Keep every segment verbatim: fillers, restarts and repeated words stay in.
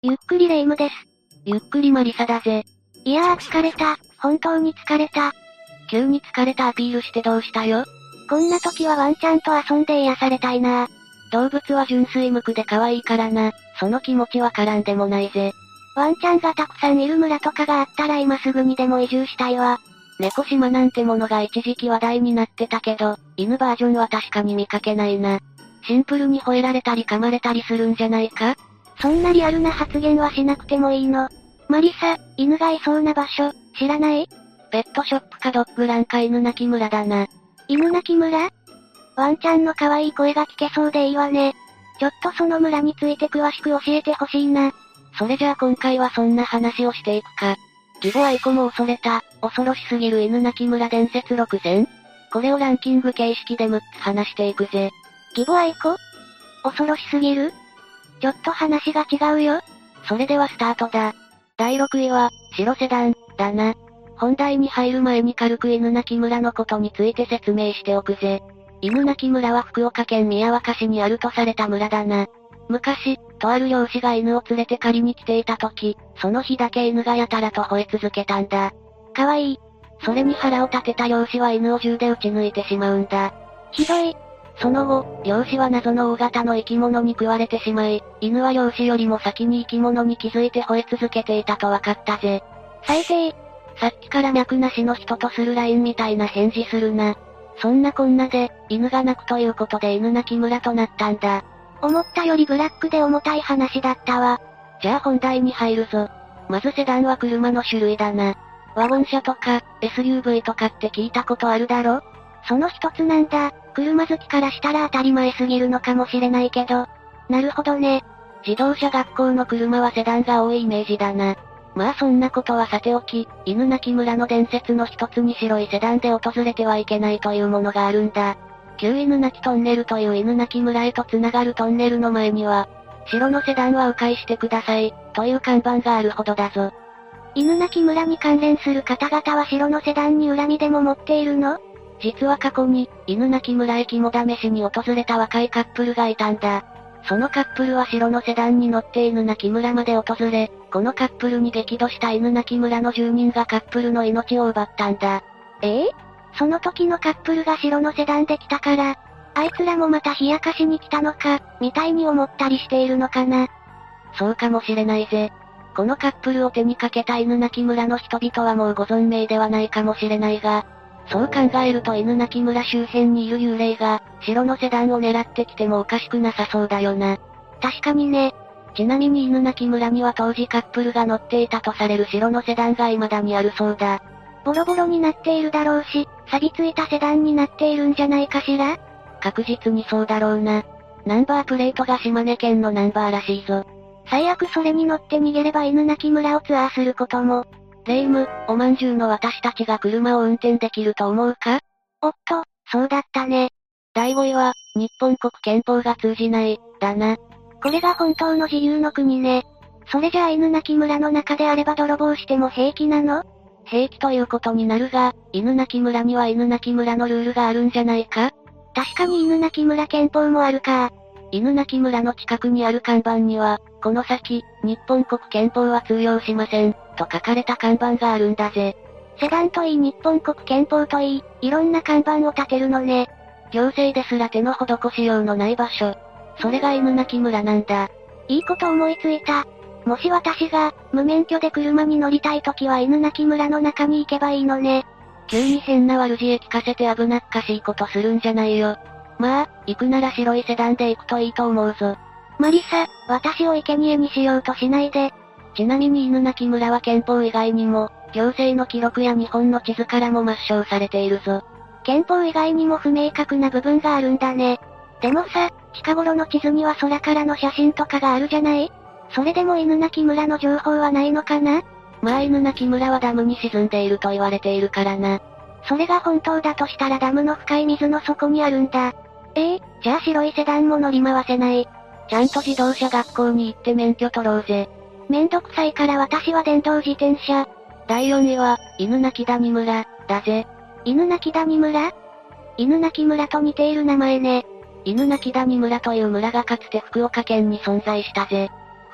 ゆっくりレ夢ムです。 ゆっくりマリサだぜ。 いやー疲れた。本当に疲れた。 急に疲れたアピールしてどうしたよ。 こんな時はワンちゃんと遊んで癒されたいな。 動物は純粋無垢で可愛いからな。その気持ちわからんでもないぜ。 ワンちゃんがたくさんいる村とかがあったら今すぐにでも移住したいわ。 猫島なんてものが一時期話題になってたけど、犬バージョンは確かに見かけないな。シンプルに吠えられたり噛まれたりするんじゃないか？ そんなリアルな発言はしなくてもいいの。マリサ、犬がいそうな場所、知らない？ ペットショップかドッグランか犬鳴村だな。 犬鳴村？ワンちゃんの可愛い声が聞けそうでいいわね。ちょっとその村について詳しく教えてほしいな。 それじゃあ今回はそんな話をしていくか。義母愛子も恐れた、恐ろしすぎる犬鳴村伝説ろくせん。これをランキング形式でむっつ話していくぜ。 義母愛子？恐ろしすぎる？ちょっと話が違うよ。 それではスタートだ。だいろくいは、白セダン、だな。本題に入る前に軽く犬鳴村のことについて説明しておくぜ。犬鳴村は福岡県宮若市にあるとされた村だな。昔、とある漁師が犬を連れて狩りに来ていた時、その日だけ犬がやたらと吠え続けたんだ。 かわいい。 それに腹を立てた漁師は犬を銃で撃ち抜いてしまうんだ。 ひどい。 その後、漁師は謎の大型の生き物に食われてしまい、犬は漁師よりも先に生き物に気づいて吠え続けていたと分かったぜ。 最低。 さっきから脈なしの人とするラインみたいな返事するな。そんなこんなで、犬が鳴くということで犬鳴村となったんだ。 思ったよりブラックで重たい話だったわ。 じゃあ本題に入るぞ。まずセダンは車の種類だな。ワゴン車とか、エスユーブイ とかって聞いたことあるだろ？ その一つなんだ。車好きからしたら当たり前すぎるのかもしれないけど。なるほどね。 自動車学校の車はセダンが多いイメージだな。まあそんなことはさておき、犬鳴村の伝説の一つに白いセダンで訪れてはいけないというものがあるんだ。旧犬鳴トンネルという犬鳴村へと繋がるトンネルの前には、白のセダンは迂回してください、という看板があるほどだぞ。 犬鳴村に関連する方々は白のセダンに恨みでも持っているの？ 実は過去に、犬鳴村へ肝試しに訪れた若いカップルがいたんだ。そのカップルは白のセダンに乗って犬鳴村まで訪れ、このカップルに激怒した犬鳴村の住人がカップルの命を奪ったんだ。 ええ？その時のカップルが白のセダンで来たから、あいつらもまた冷やかしに来たのか、みたいに思ったりしているのかな。 そうかもしれないぜ。このカップルを手にかけた犬鳴村の人々はもうご存命ではないかもしれないが、そう考えると犬鳴村周辺にいる幽霊が、白のセダンを狙ってきてもおかしくなさそうだよな。 確かにね。 ちなみに犬鳴村には当時カップルが乗っていたとされる白のセダンが未だにあるそうだ。 ボロボロになっているだろうし、錆びついたセダンになっているんじゃないかしら？ 確実にそうだろうな。ナンバープレートが島根県のナンバーらしいぞ。 最悪それに乗って逃げれば犬鳴村をツアーすることも。 レ夢ム、おまんじゅうの私たちが車を運転できると思うか？ おっと、そうだったね。 だいごいは、日本国憲法が通じない、だな。 これが本当の自由の国ね。それじゃあ犬鳴村の中であれば泥棒しても平気なの？ 平気ということになるが、犬鳴村には犬鳴村のルールがあるんじゃないか？ 確かに犬鳴村憲法もあるか。 犬鳴村の近くにある看板には、この先、日本国憲法は通用しません、と書かれた看板があるんだぜ。 セダンといい日本国憲法といい、いろんな看板を立てるのね。 行政ですら手の施しようのない場所。それが犬鳴村なんだ。 いいこと思いついた。もし私が、無免許で車に乗りたいときは犬鳴村の中に行けばいいのね。 急に変な悪知恵聞かせて危なっかしいことするんじゃないよ。まあ、行くなら白いセダンで行くといいと思うぞ。 マリサ、私を生贄にしようとしないで。 ちなみに犬鳴村は憲法以外にも、行政の記録や日本の地図からも抹消されているぞ。 憲法以外にも不明確な部分があるんだね。でもさ、近頃の地図には空からの写真とかがあるじゃない？それでも犬鳴村の情報はないのかな？ まあ犬鳴村はダムに沈んでいると言われているからな。 それが本当だとしたらダムの深い水の底にあるんだ。ええー、じゃあ白いセダンも乗り回せない。 ちゃんと自動車学校に行って免許取ろうぜ。 めんどくさいから私は電動自転車。 だいよんいは、犬鳴谷村、だぜ。 犬鳴谷村？犬鳴村と似ている名前ね。 犬鳴谷村という村がかつて福岡県に存在したぜ。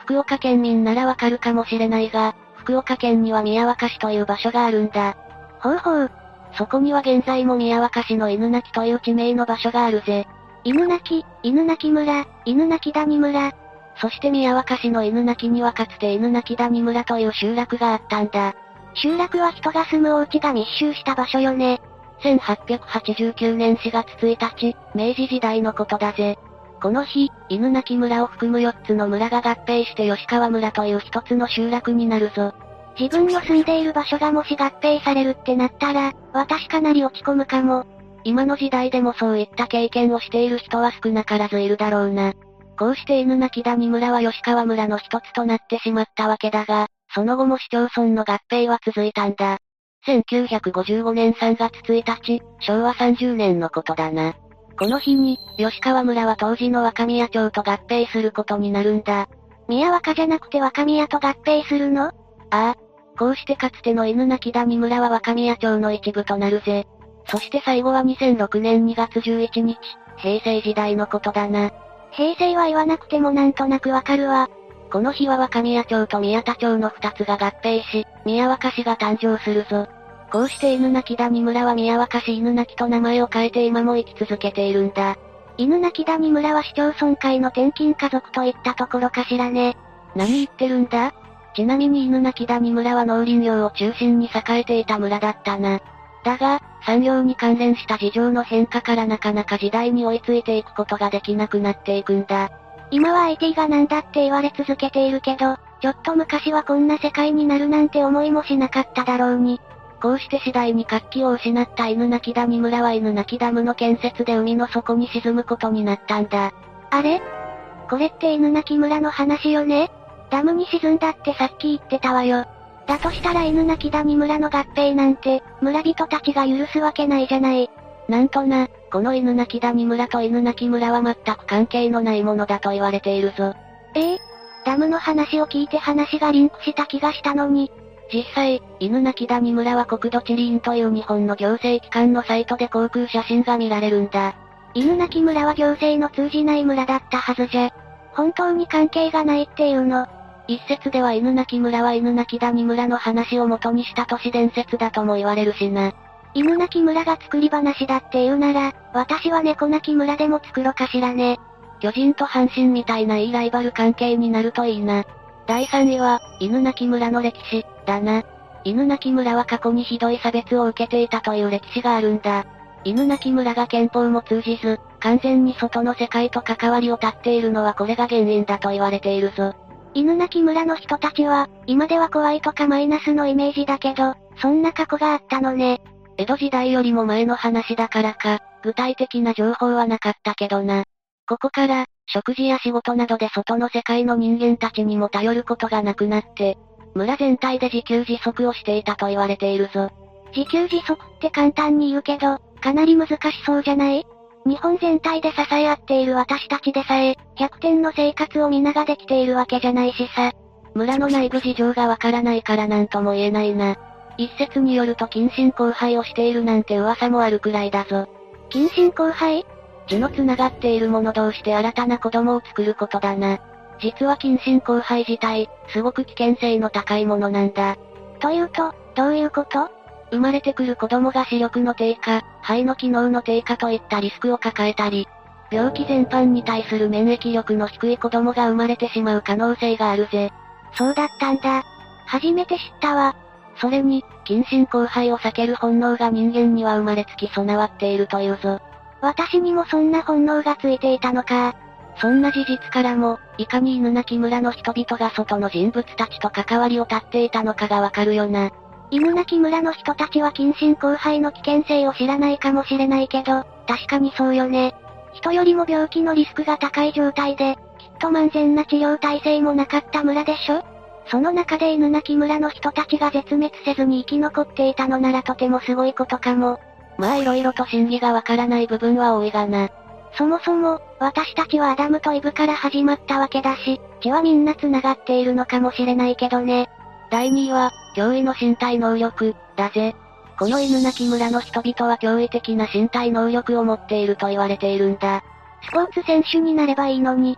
福岡県民ならわかるかもしれないが、福岡県には宮若市という場所があるんだ。 ほうほう。 そこには現在も宮若市の犬鳴という地名の場所があるぜ。 犬鳴、犬鳴村、犬鳴谷村。 そして宮若市の犬鳴にはかつて犬鳴谷村という集落があったんだ。 集落は人が住むお家が密集した場所よね。 せんはっぴゃくはちじゅうきゅうねんしがつついたち、明治時代のことだぜ。この日、犬鳴村を含むよっつの村が合併して吉川村という一つの集落になるぞ。 自分の住んでいる場所がもし合併されるってなったら、私かなり落ち込むかも。 今の時代でもそういった経験をしている人は少なからずいるだろうな。こうして犬鳴谷村は吉川村の一つとなってしまったわけだが、その後も市町村の合併は続いたんだ。せんきゅうひゃくごじゅうごねんさんがつついたち、しょうわさんじゅうねんのことだな。この日に、吉川村は当時の若宮町と合併することになるんだ。 宮若じゃなくて若宮と合併するの？ああ。こうしてかつての犬鳴谷村は若宮町の一部となるぜ。そして最後はにせんろくねんにがつじゅういちにち、平成時代のことだな。 平成は言わなくてもなんとなくわかるわ。 この日は若宮町と宮田町の二つが合併し、宮若市が誕生するぞ。こうして犬鳴谷村は宮若市犬鳴と名前を変えて今も生き続けているんだ。 犬鳴谷村は市町村会の転勤家族といったところかしらね。 何言ってるんだ？ちなみに犬鳴谷村は農林業を中心に栄えていた村だったな。だが、産業に関連した事情の変化からなかなか時代に追いついていくことができなくなっていくんだ。 今は アイティー がなんだって言われ続けているけど、ちょっと昔はこんな世界になるなんて思いもしなかっただろうに。 こうして次第に活気を失った犬鳴谷村は犬鳴ダムの建設で海の底に沈むことになったんだ。 あれ？これって犬鳴村の話よね？ダムに沈んだってさっき言ってたわよ。だとしたら犬鳴谷村の合併なんて、村人たちが許すわけないじゃない。 なんとな、この犬鳴谷村と犬鳴村は全く関係のないものだと言われているぞ。 ええ？ダムの話を聞いて話がリンクした気がしたのに。 実際、犬鳴谷村は国土地理院という日本の行政機関のサイトで航空写真が見られるんだ。 犬鳴村は行政の通じない村だったはずじゃ。本当に関係がないっていうの。 一説では犬鳴村は犬鳴谷村の話を元にした都市伝説だとも言われるしな。 犬鳴村が作り話だって言うなら、私は猫鳴村でも作ろうかしらね。 巨人と阪神みたいないいライバル関係になるといいな。だいさんいは、犬鳴村の歴史、だな。犬鳴村は過去にひどい差別を受けていたという歴史があるんだ。犬鳴村が憲法も通じず、完全に外の世界と関わりを絶っているのはこれが原因だと言われているぞ。 犬鳴村の人たちは、今では怖いとかマイナスのイメージだけど、そんな過去があったのね。 江戸時代よりも前の話だからか、具体的な情報はなかったけどな。ここから、食事や仕事などで外の世界の人間たちにも頼ることがなくなって、村全体で自給自足をしていたと言われているぞ。 自給自足って簡単に言うけど、かなり難しそうじゃない？日本全体で支え合っている私たちでさえ、ひゃくてんの生活を皆ができているわけじゃないしさ。 村の内部事情がわからないからなんとも言えないな。一説によると近親交配をしているなんて噂もあるくらいだぞ。 近親交配？ 血の繋がっている者同士で新たな子供を作ることだな。実は近親交配自体、すごく危険性の高いものなんだ。 というと、どういうこと？ 生まれてくる子供が視力の低下、肺の機能の低下といったリスクを抱えたり、病気全般に対する免疫力の低い子供が生まれてしまう可能性があるぜ。 そうだったんだ。初めて知ったわ。 それに、近親交配を避ける本能が人間には生まれつき備わっているというぞ。 私にもそんな本能がついていたのか。 そんな事実からも、いかに犬鳴村の人々が外の人物たちと関わりを絶っていたのかがわかるよな。 犬鳴村の人たちは近親交配の危険性を知らないかもしれないけど、確かにそうよね。人よりも病気のリスクが高い状態で、きっと万全な治療体制もなかった村でしょ？その中で犬鳴村の人たちが絶滅せずに生き残っていたのならとてもすごいことかも。 まあ色々と真偽がわからない部分は多いがな。 そもそも、私たちはアダムとイブから始まったわけだし、血はみんな繋がっているのかもしれないけどね。 だいにいは、驚異の身体能力、だぜ。この犬鳴村の人々は驚異的な身体能力を持っていると言われているんだ。 スポーツ選手になればいいのに。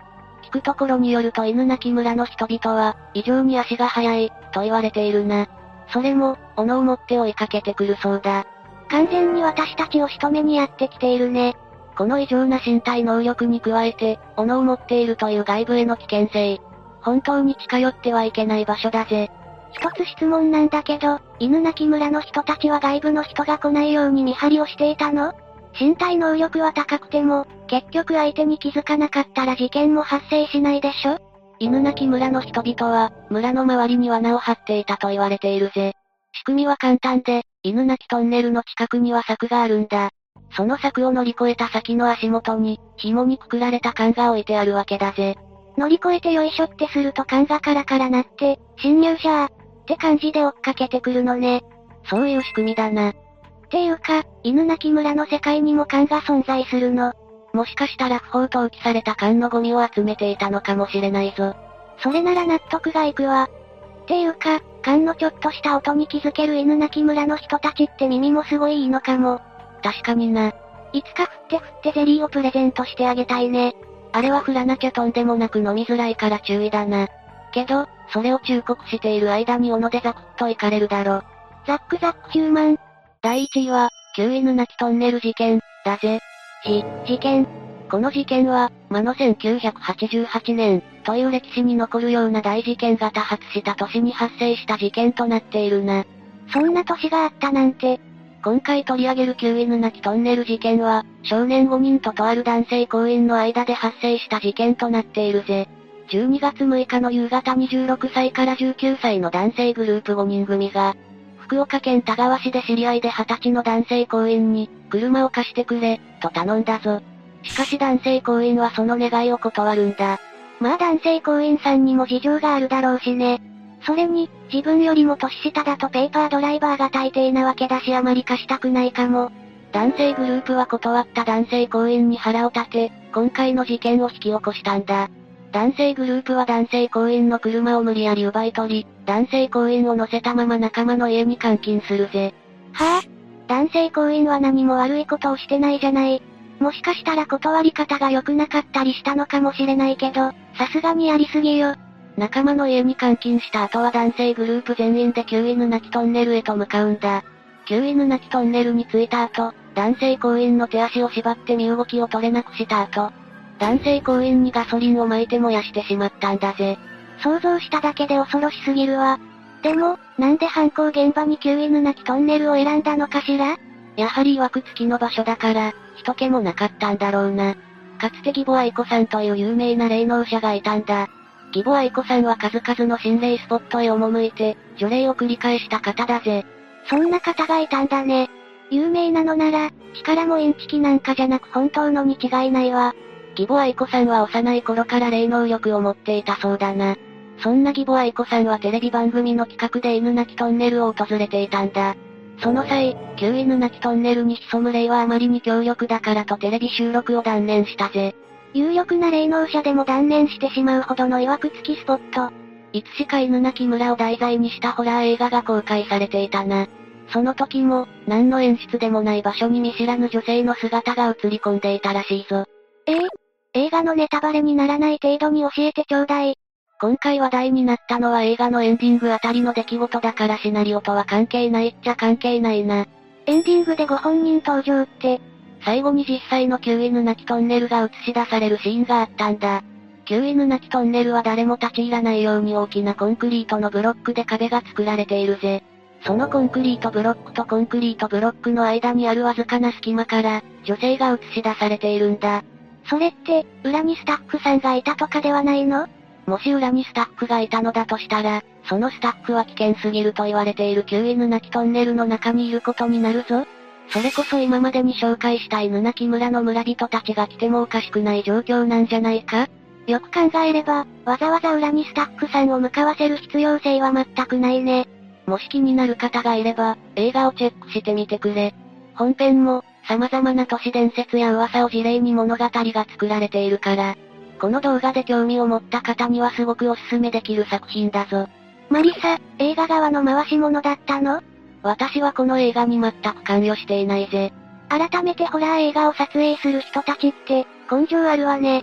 聞くところによると犬鳴村の人々は、異常に足が速い、と言われているな。それも、斧を持って追いかけてくるそうだ。 完全に私たちを仕留めにやってきているね。 この異常な身体能力に加えて、斧を持っているという外部への危険性。本当に近寄ってはいけない場所だぜ。 一つ質問なんだけど、犬鳴村の人たちは外部の人が来ないように見張りをしていたの？身体能力は高くても、結局相手に気づかなかったら事件も発生しないでしょ？ 犬鳴村の人々は、村の周りに罠を張っていたと言われているぜ。仕組みは簡単で、犬鳴トンネルの近くには柵があるんだ。その柵を乗り越えた先の足元に、紐にくくられた缶が置いてあるわけだぜ。 乗り越えてよいしょってすると缶がカラカラなって、侵入者ーって感じで追っかけてくるのね。 そういう仕組みだな。 っていうか、犬鳴村の世界にも缶が存在するの。 もしかしたら不法投棄された缶のゴミを集めていたのかもしれないぞ。 それなら納得がいくわ。っていうか、缶のちょっとした音に気づける犬鳴村の人たちって耳もすごいいいのかも。 確かにな。 いつか振って振ってゼリーをプレゼントしてあげたいね。 あれは振らなきゃとんでもなく飲みづらいから注意だな。けど、それを忠告している間に斧でザクッと行かれるだろ。 ザックザックヒューマン。 だいいちいは、旧犬鳴トンネル事件、だぜ。 じ、事件。 この事件は、魔のせんきゅうひゃくはちじゅうはちねん、という歴史に残るような大事件が多発した年に発生した事件となっているな。 そんな年があったなんて。 今回取り上げる旧犬鳴トンネル事件は、少年ごにんととある男性行員の間で発生した事件となっているぜ。じゅうにがつむいかの夕方にじゅうろくさいからじゅうきゅうさいの男性グループごにん組が、福岡県田川市で知り合いではたちの男性行員に、車を貸してくれ、と頼んだぞ。しかし男性行員はその願いを断るんだ。 まあ男性行員さんにも事情があるだろうしね。それに、自分よりも年下だとペーパードライバーが大抵なわけだしあまり貸したくないかも。 男性グループは断った男性行員に腹を立て、今回の事件を引き起こしたんだ。男性グループは男性行員の車を無理やり奪い取り、男性行員を乗せたまま仲間の家に監禁するぜ。 はぁ、あ、男性行員は何も悪いことをしてないじゃない。もしかしたら断り方が良くなかったりしたのかもしれないけど、さすがにやりすぎよ。 仲間の家に監禁した後は男性グループ全員で旧犬鳴トンネルへと向かうんだ。旧犬鳴トンネルに着いた後、男性行員の手足を縛って身動きを取れなくした後、男性行員にガソリンを撒いて燃やしてしまったんだぜ。 想像しただけで恐ろしすぎるわ。でも、なんで犯行現場に旧犬鳴トンネルを選んだのかしら？ やはり曰く付きの場所だから、人気もなかったんだろうな。かつて義母愛子さんという有名な霊能者がいたんだ。義母愛子さんは数々の心霊スポットへ赴いて、除霊を繰り返した方だぜ。 そんな方がいたんだね。有名なのなら、力もインチキなんかじゃなく本当のに違いないわ。 義母愛子さんは幼い頃から霊能力を持っていたそうだな。そんな義母愛子さんはテレビ番組の企画で犬鳴トンネルを訪れていたんだ。その際、旧犬鳴トンネルに潜む霊はあまりに強力だからとテレビ収録を断念したぜ。 有力な霊能者でも断念してしまうほどの曰く付きスポット。 いつしか犬鳴村を題材にしたホラー映画が公開されていたな。その時も、何の演出でもない場所に見知らぬ女性の姿が映り込んでいたらしいぞ。 ええー、映画のネタバレにならない程度に教えてちょうだい。 今回話題になったのは映画のエンディングあたりの出来事だからシナリオとは関係ないっちゃ関係ないな。 エンディングでご本人登場って、 最後に実際の旧犬鳴トンネルが映し出されるシーンがあったんだ。旧犬鳴トンネルは誰も立ち入らないように大きなコンクリートのブロックで壁が作られているぜ。そのコンクリートブロックとコンクリートブロックの間にあるわずかな隙間から、女性が映し出されているんだ。 それって、裏にスタッフさんがいたとかではないの？ もし裏にスタッフがいたのだとしたら、そのスタッフは危険すぎると言われている旧犬鳴トンネルの中にいることになるぞ。それこそ今までに紹介した犬鳴村の村人たちが来てもおかしくない状況なんじゃないか？ よく考えれば、わざわざ裏にスタッフさんを向かわせる必要性は全くないね。 もし気になる方がいれば、映画をチェックしてみてくれ。本編も、様々な都市伝説や噂を事例に物語が作られているから、この動画で興味を持った方にはすごくおすすめできる作品だぞ。 マリサ、映画側の回し物だったの？ 私はこの映画に全く関与していないぜ。 改めてホラー映画を撮影する人たちって、根性あるわね。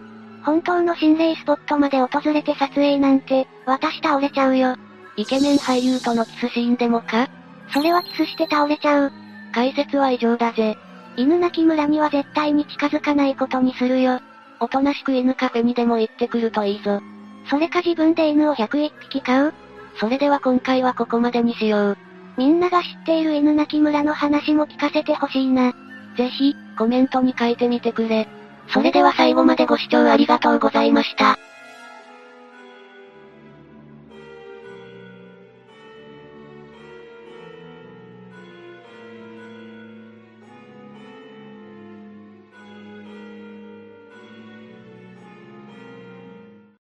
本当の心霊スポットまで訪れて撮影なんて、私倒れちゃうよ。 イケメン俳優とのキスシーンでもか？ それはキスして倒れちゃう。 解説は以上だぜ。 犬鳴村には絶対に近づかないことにするよ。 おとなしく犬カフェにでも行ってくるといいぞ。 それか自分で犬をひゃくいっぴき飼う？ それでは今回はここまでにしよう。 みんなが知っている犬鳴村の話も聞かせてほしいな。 ぜひ、コメントに書いてみてくれ。それでは最後までご視聴ありがとうございました。